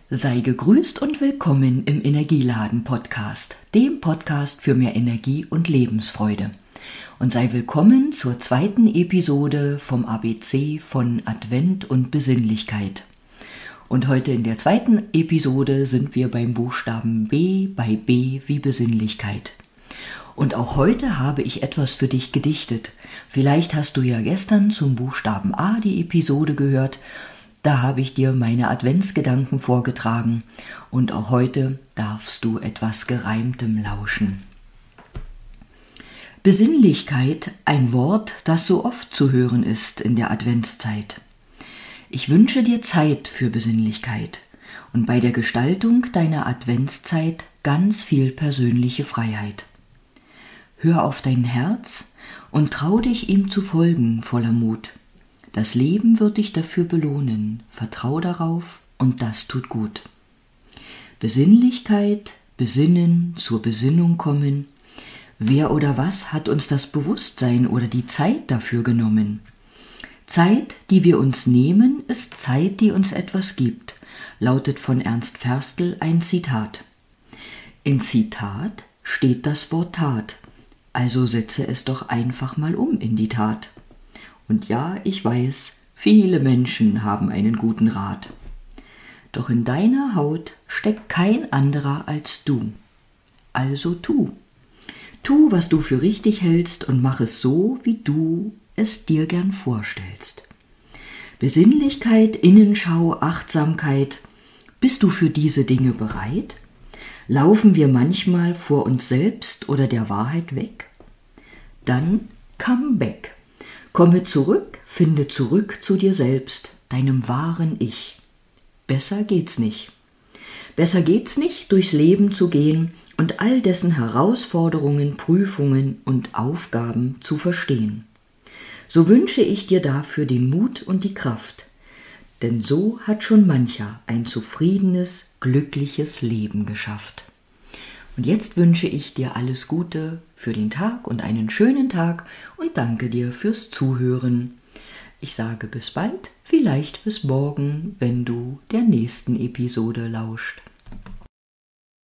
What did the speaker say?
Sei gegrüßt und willkommen im Energieladen-Podcast, dem Podcast für mehr Energie und Lebensfreude. Und sei willkommen zur zweiten Episode vom ABC von Advent und Besinnlichkeit. Und heute in der zweiten Episode sind wir beim Buchstaben B, bei B wie Besinnlichkeit. Und auch heute habe ich etwas für dich gedichtet. Vielleicht hast du ja gestern zum Buchstaben A die Episode gehört. Da habe ich dir meine Adventsgedanken vorgetragen und auch heute darfst du etwas Gereimtem lauschen. Besinnlichkeit, ein Wort, das so oft zu hören ist in der Adventszeit. Ich wünsche dir Zeit für Besinnlichkeit und bei der Gestaltung deiner Adventszeit ganz viel persönliche Freiheit. Hör auf dein Herz und trau dich, ihm zu folgen voller Mut. Das Leben wird dich dafür belohnen, vertrau darauf und das tut gut. Besinnlichkeit, besinnen, zur Besinnung kommen. Wer oder was hat uns das Bewusstsein oder die Zeit dafür genommen? Zeit, die wir uns nehmen, ist Zeit, die uns etwas gibt, lautet von Ernst Ferstel ein Zitat. In Zitat steht das Wort Tat, also setze es doch einfach mal um in die Tat. Und ja, ich weiß, viele Menschen haben einen guten Rat. Doch in deiner Haut steckt kein anderer als du. Also tu. Tu, was du für richtig hältst und mach es so, wie du es dir gern vorstellst. Besinnlichkeit, Innenschau, Achtsamkeit. Bist du für diese Dinge bereit? Laufen wir manchmal vor uns selbst oder der Wahrheit weg? Dann come back. Komme zurück, finde zurück zu dir selbst, deinem wahren Ich. Besser geht's nicht. Besser geht's nicht, durchs Leben zu gehen und all dessen Herausforderungen, Prüfungen und Aufgaben zu verstehen. So wünsche ich dir dafür den Mut und die Kraft, denn so hat schon mancher ein zufriedenes, glückliches Leben geschafft. Und jetzt wünsche ich dir alles Gute für den Tag und einen schönen Tag und danke dir fürs Zuhören. Ich sage bis bald, vielleicht bis morgen, wenn du der nächsten Episode lauscht.